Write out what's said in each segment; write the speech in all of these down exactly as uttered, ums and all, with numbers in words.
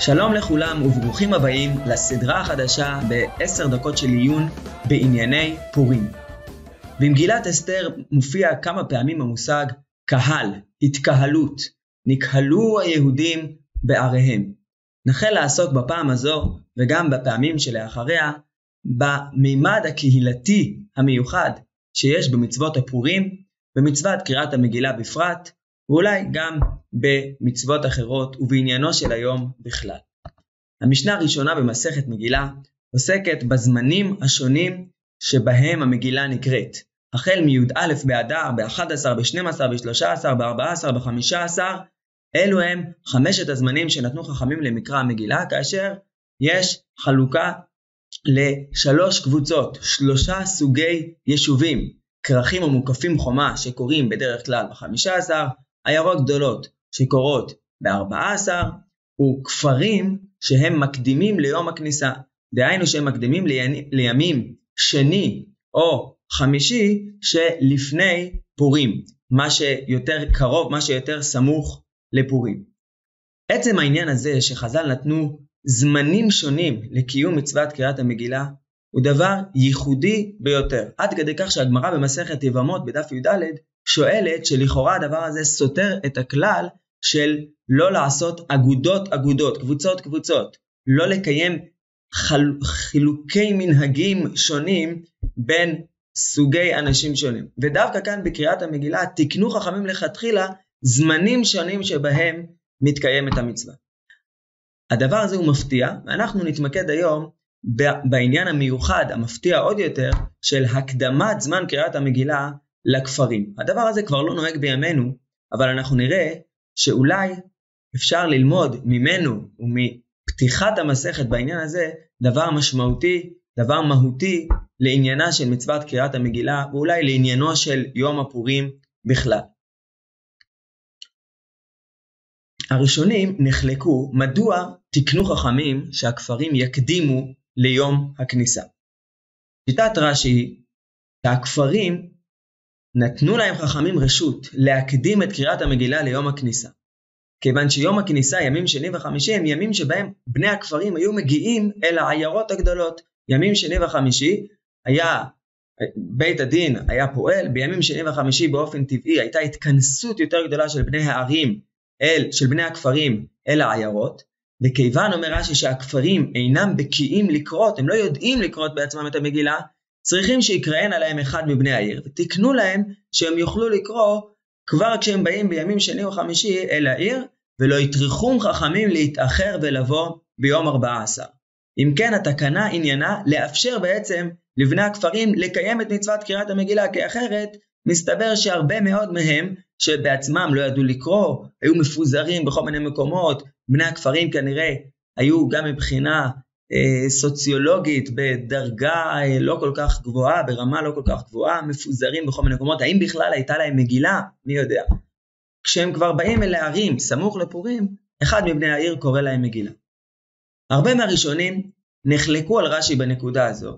שלום לכולם וברוכים הבאים לסדרה החדשה בעשר דקות של עיון בענייני פורים. במגילת אסתר מופיע כמה פעמים המושג קהל, התקהלות, נקהלו היהודים בעריהם. נחל לעסוק בפעם הזו וגם בפעמים שלאחריה במימד הקהילתי המיוחד שיש במצוות הפורים, במצוות קריאת המגילה בפרט, ואולי גם במצוות אחרות ובעניינו של היום בכלל. המשנה הראשונה במסכת מגילה עוסקת בזמנים השונים שבהם המגילה נקראת. החל מי"א באדר, ב-אחד עשר, ב-שנים עשר, ב-שלושה עשר, ב-ארבעה עשר, ב-חמישה עשר, אלו הם חמשת הזמנים שנתנו חכמים למקרא המגילה, כאשר יש חלוקה לשלוש קבוצות, שלושה סוגי יישובים, כרכים ומוקפים חומה שקוראים בדרך כלל ב-חמישה עשר, עיירות גדולות שקורות ב-ארבעה עשר, וכפרים שהם מקדימים ליום הכניסה, דהיינו שהם מקדימים לימים שני או חמישי שלפני פורים, מה שיותר קרוב, מה שיותר סמוך לפורים. עצם העניין הזה שחז"ל נתנו זמנים שונים לקיום מצוות קריאת המגילה, הוא דבר ייחודי ביותר, עד כדי כך שהגמרא במסכת יבמות בדף י"ד שואלת שלכאורה הדבר הזה סותר את הכלל של לא לעשות אגודות אגודות, קבוצות קבוצות, לא לקיים חל... חילוקי מנהגים שונים בין סוגי אנשים שונים. ודווקא כאן בקריאת המגילה תקנו חכמים לכתחילה זמנים שונים שבהם מתקיימת המצווה. הדבר הזה הוא מפתיע, ואנחנו נתמקד היום בעניין המיוחד, המפתיע עוד יותר, של הקדמת זמן קריאת המגילה לכפרים. הדבר הזה כבר לא נוהג בימינו, אבל אנחנו נראה שאולי אפשר ללמוד ממנו ומפתיחת המסכת בעניין הזה דבר משמעותי, דבר מהותי לעניינה של מצוות קריאת המגילה, ואולי לעניינו של יום הפורים בכלל. הראשונים נחלקו מדוע תקנו חכמים שהכפרים יקדימו ליום הכניסה. שיטת רש"י, שהכפרים נתנו להם חכמים רשות להקדים את קריאת המגילה ליום הכניסה. כיוון שיום הכניסה, ימים שני וחמישי, הם ימים שבהם בני הכפרים היו מגיעים אל העיירות הגדולות. ימים שני וחמישי היה, בית הדין היה פועל, בימים שני וחמישי באופן טבעי הייתה התכנסות יותר גדולה של בני הערים, אל, של בני הכפרים אל העיירות, וכיוון אומר רש"י שהכפרים אינם בקיאים לקרות, הם לא יודעים לקרות בעצמם את המגילה, צריכים שיקראן עליהם אחד מבני העיר, ותקנו להם שהם יוכלו לקרוא כבר כשהם באים בימים שני וחמישי אל העיר, ולא יטרחום חכמים להתאחר ולבוא ביום ארבעה עשר. אם כן, התקנה עניינה לאפשר בעצם לבני הכפרים לקיים את מצוות קריאת המגילה, כי אחרת מסתבר שהרבה מאוד מהם שבעצמם לא ידעו לקרוא, היו מפוזרים בכל מיני מקומות. בני הכפרים כנראה היו גם מבחינה אה, סוציולוגית בדרגה אה, לא כל כך גבוהה, ברמה לא כל כך גבוהה, מפוזרים בכל מיני מקומות. האם בכלל הייתה להם מגילה? מי יודע. כשהם כבר באים אל הערים סמוך לפורים, אחד מבני העיר קורא להם מגילה. הרבה מהראשונים נחלקו על רש"י בנקודה הזו.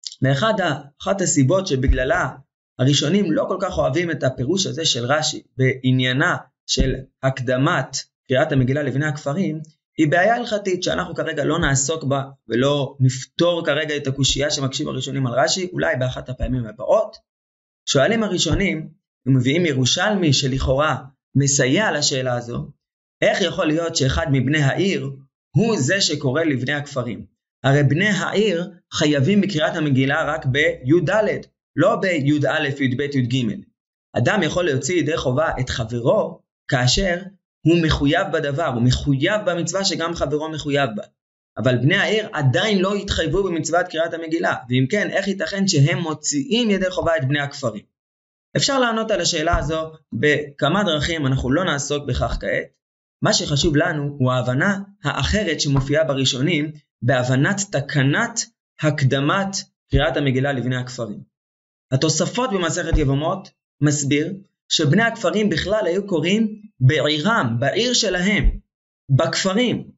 מאחת הסיבות שבגללה הראשונים לא כל כך אוהבים את הפירוש הזה של רש"י בעניינה של הקדמת קריאת המגילה לבני הכפרים, היא בעיה הלכתית שאנחנו כרגע לא נעסוק בה ולא נפתור כרגע את הקושייה שמקשים הראשונים על רש"י, אולי באחת הפעמים הבאות. שואלים הראשונים, ומביאים ירושלמי שלכאורה מסייע לשאלה הזו, איך יכול להיות שאחד מבני העיר הוא זה שקורא לבני הכפרים? הרי בני העיר חייבים בקריאת המגילה רק בי"ד, לא בי"א, י"ב, י"ג. אדם יכול להוציא ידי חובה את חברו כאשר הוא מחויב בדבר, הוא מחויב במצווה שגם חברו מחויב בה. אבל בני העיר עדיין לא התחייבו במצוות קריאת המגילה, ואם כן, איך ייתכן שהם מוציאים ידי חובה את בני הכפרים? אפשר לענות על השאלה הזו בכמה דרכים, אנחנו לא נעסוק בכך כעת. מה שחשוב לנו הוא ההבנה האחרת שמופיעה בראשונים, בהבנת תקנת הקדמת קריאת המגילה לבני הכפרים. התוספות במסכת יבמות מסביר שבני הכפרים בכלל היו קוראים בעירם, בעיר שלהם, בכפרים.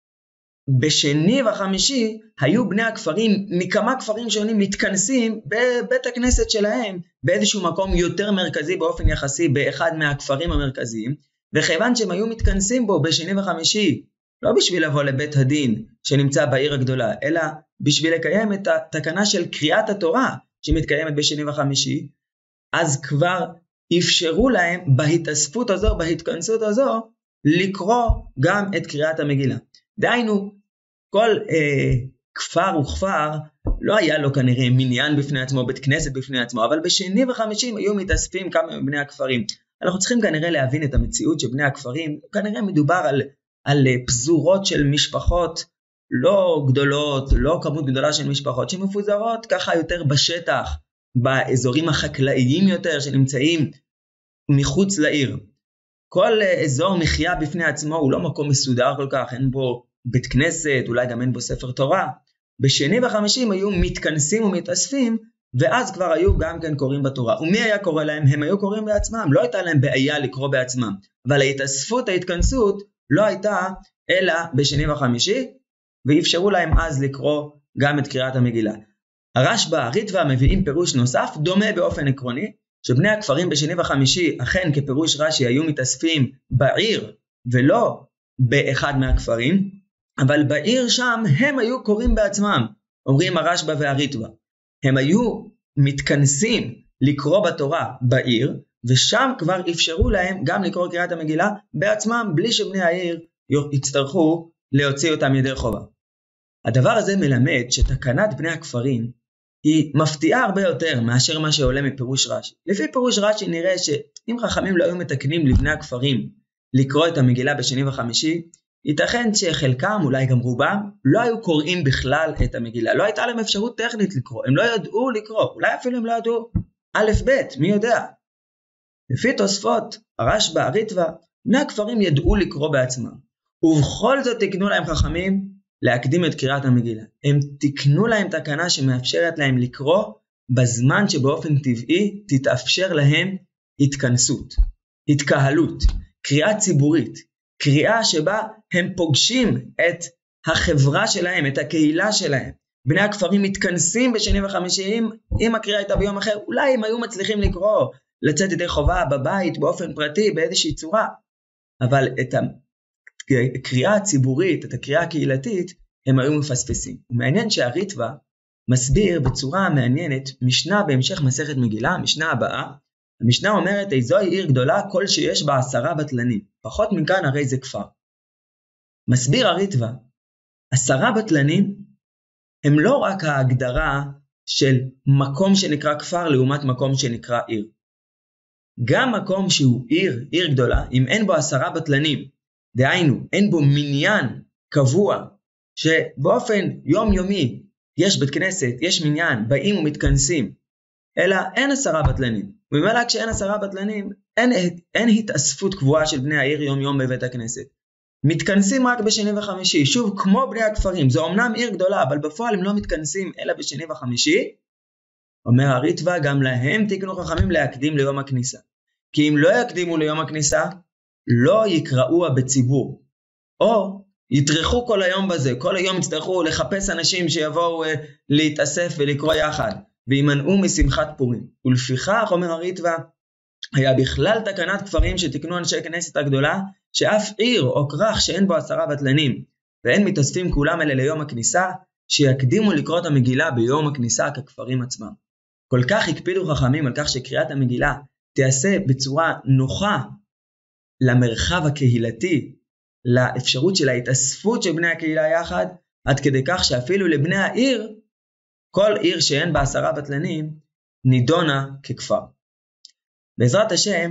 בשני וחמישי היו בני הכפרים מכמה כפרים שונים מתכנסים בבית הכנסת שלהם, באיזשהו מקום יותר מרכזי באופן יחסי באחד מהכפרים המרכזיים, וכיוון שהם היו מתכנסים בו בשני וחמישי לא בשביל לבוא לבית הדין שנמצא בעיר הגדולה, אלא בשביל לקיים את התקנה של קריאת התורה שמתקיימת בשני וחמישי, אז כבר אפשרו להם בהתאספות הזו, בהתכנסות הזו, לקרוא גם את קריאת המגילה. דהיינו, כל אה, כפר וכפר לא היה לו כנראה מניין בפני עצמו, בית כנסת בפני עצמו, אבל בשני וחמישים היו מתאספים כמה מבני הכפרים. אנחנו צריכים כנראה להבין את המציאות שבני הכפרים, כנראה מדובר על, על פזורות של משפחות לא גדולות, לא כמות גדולה של משפחות שמפוזרות ככה יותר בשטח, באזורים החקלאיים יותר שנמצאים מחוץ לעיר. כל אזור מחיה בפני עצמו הוא לא מקום מסודר כל כך, אין בו בית כנסת, אולי גם אין בו ספר תורה. בשני וחמישים היו מתכנסים ומתאספים, ואז כבר היו גם כן קוראים בתורה. ומי היה קורא להם? הם היו קוראים בעצמם, לא הייתה להם בעיה לקרוא בעצמם. אבל ההתאספות, ההתכנסות, לא הייתה אלא בשני וחמישי, ואפשרו להם אז לקרוא גם את קריאת המגילה. הרשב"א, הריטב"א מביאים פירוש נוסף, דומה באופן עקרוני, שבני הכפרים בשני וחמישי, אכן כפירוש רש"י, היו מתאספים בעיר, ולא באחד מהכפרים, אבל בעיר שם הם היו קוראים בעצמם, אומרים הרשב"א והריטב"א. הם היו מתכנסים לקרוא בתורה בעיר, ושם כבר אפשרו להם גם לקרוא קריאת המגילה בעצמם, בלי שבני העיר יצטרכו להוציא אותם ידי חובה. הדבר הזה מלמד שתקנת בני הכפרים היא מפתיעה הרבה יותר מאשר מה שעולה מפירוש רש"י. לפי פירוש רש"י נראה שאם חכמים לא היו מתקנים לבני הכפרים לקרוא את המגילה בשני וחמישי, ייתכן שחלקם, אולי גם רובם, לא היו קוראים בכלל את המגילה. לא הייתה להם אפשרות טכנית לקרוא, הם לא ידעו לקרוא, אולי אפילו הם לא ידעו א' ב', מי יודע. לפי תוספות, הרשב"א, הריטב"א, בני הכפרים ידעו לקרוא בעצמם, ובכל זאת תקנו להם חכמים להקדים את קריאת המגילה. הם תקנו להם תקנה שמאפשרת להם לקרוא בזמן שבאופן טבעי תתאפשר להם התכנסות, התקהלות, קריאה ציבורית, קריאה שבה הם פוגשים את החברה שלהם, את הקהילה שלהם. בני הכפרים מתכנסים בשני וחמישי, אם הקריאה הייתה ביום אחר, אולי הם היו מצליחים לקרוא, לצאת ידי חובה בבית, באופן פרטי, באיזושהי צורה. אבל את הקריאה הציבורית, את הקריאה הקהילתית, הם היו מפספסים. ומעניין שהריטב"א מסביר בצורה מעניינת, משנה בהמשך מסכת מגילה, המשנה הבאה, המשנה אומרת, איזוהי עיר גדולה כל שיש בה עשרה בטלנים, פחות מכאן הרי זה כפר. מסביר הריטב"א, עשרה בטלנים הם לא רק ההגדרה של מקום שנקרא כפר לעומת מקום שנקרא עיר. גם מקום שהוא עיר, עיר גדולה, אם אין בו עשרה בטלנים, דהיינו, אין בו מניין קבוע, שבאופן יומיומי יש בית כנסת, יש מניין, באים ומתכנסים, אלא אין עשרה בטלנים. וממילא כשאין עשרה בטלנים, אין, אין התאספות קבועה של בני העיר יום יום בבית הכנסת. מתכנסים רק בשני וחמישי, שוב כמו בני הכפרים, זו אמנם עיר גדולה, אבל בפועל הם לא מתכנסים אלא בשני וחמישי. אומר הריטב"א, גם להם תקנו חכמים להקדים ליום הכניסה. כי אם לא יקדימו ליום הכניסה, לא יקראוה בציבור, או יטרחו כל היום בזה, כל היום יצטרכו לחפש אנשים שיבואו uh, להתאסף ולקרוא יחד, וימנעו משמחת פורים. ולפיכך, אומר הריטב"א, היה בכלל תקנת כפרים שתקנו אנשי כנסת הגדולה, שאף עיר או כרך שאין בו עשרה בטלנים, ואין מתאספים כולם אלה ליום הכניסה, שיקדימו לקרוא את המגילה ביום הכניסה ככפרים עצמם. כל כך הקפידו חכמים על כך שקריאת המגילה תיעשה בצורה נוחה למרחב הקהילתי, לאפשרות של ההתאספות של בני הקהילה יחד, עד כדי כך שאפילו לבני העיר, כל עיר שאין בה עשרה בטלנים, נידונה ככפר. בעזרת השם,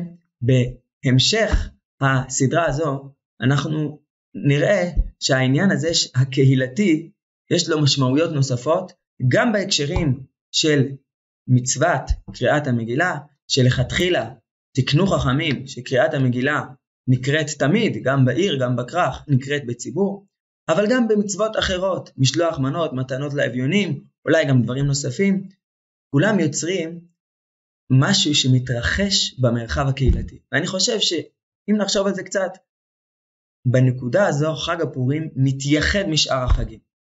בהמשך הסדרה הזו, אנחנו נראה שהעניין הזה הקהילתי, יש לו משמעויות נוספות, גם בהקשרים של מצוות קריאת המגילה, שלכתחילה תקנו חכמים שקריאת המגילה נקראת תמיד, גם בעיר, גם בכרך, נקראת בציבור, אבל גם במצוות אחרות, משלוח מנות, מתנות לאביונים, אולי גם דברים נוספים, כולם יוצרים משהו שמתרחש במרחב הקהילתי. ואני חושב שאם נחשוב על זה קצת, בנקודה הזו חג הפורים מתייחד משאר החגים.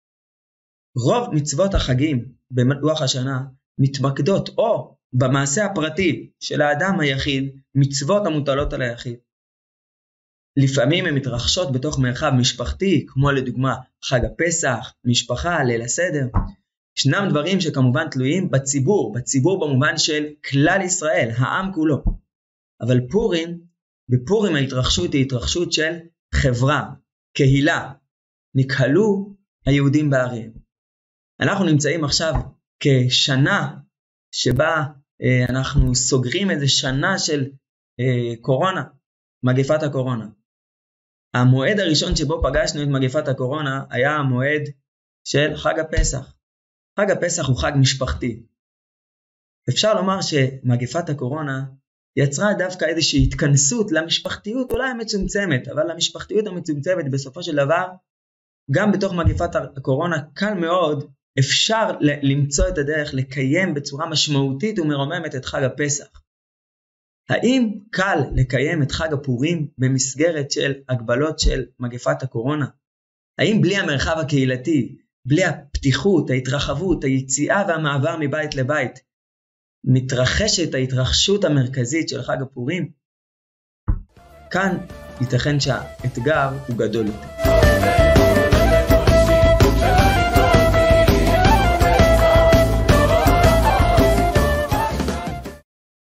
רוב מצוות החגים בלוח השנה מתמקדות או במעשה הפרטי של האדם היחיד, מצוות המוטלות על היחיד, לפעמים הן מתרחשות בתוך מרחב משפחתי, כמו לדוגמה חג הפסח, משפחה, ליל הסדר. ישנם דברים שכמובן תלויים בציבור, בציבור במובן של כלל ישראל, העם כולו. אבל פורים, בפורים ההתרחשות היא התרחשות של חברה, קהילה. נקהלו היהודים בערים. אנחנו נמצאים עכשיו כשנה שבה אה, אנחנו סוגרים איזה שנה של אה, קורונה, מגפת הקורונה. המועד הראשון שבו פגשנו את מגפת הקורונה היה המועד של חג הפסח. חג הפסח הוא חג משפחתי. אפשר לומר שמגפת הקורונה יצרה דווקא איזושהי התכנסות למשפחתיות אולי המצומצמת, אבל למשפחתיות המצומצמת בסופו של דבר, גם בתוך מגפת הקורונה קל מאוד אפשר למצוא את הדרך לקיים בצורה משמעותית ומרוממת את חג הפסח. האם קל לקיים את חג הפורים במסגרת של הגבלות של מגפת הקורונה? האם בלי המרחב הקהילתי, בלי הפתיחות, ההתרחבות, היציאה והמעבר מבית לבית, מתרחשת ההתרחשות המרכזית של חג הפורים? כאן ייתכן שהאתגר הוא גדול יותר.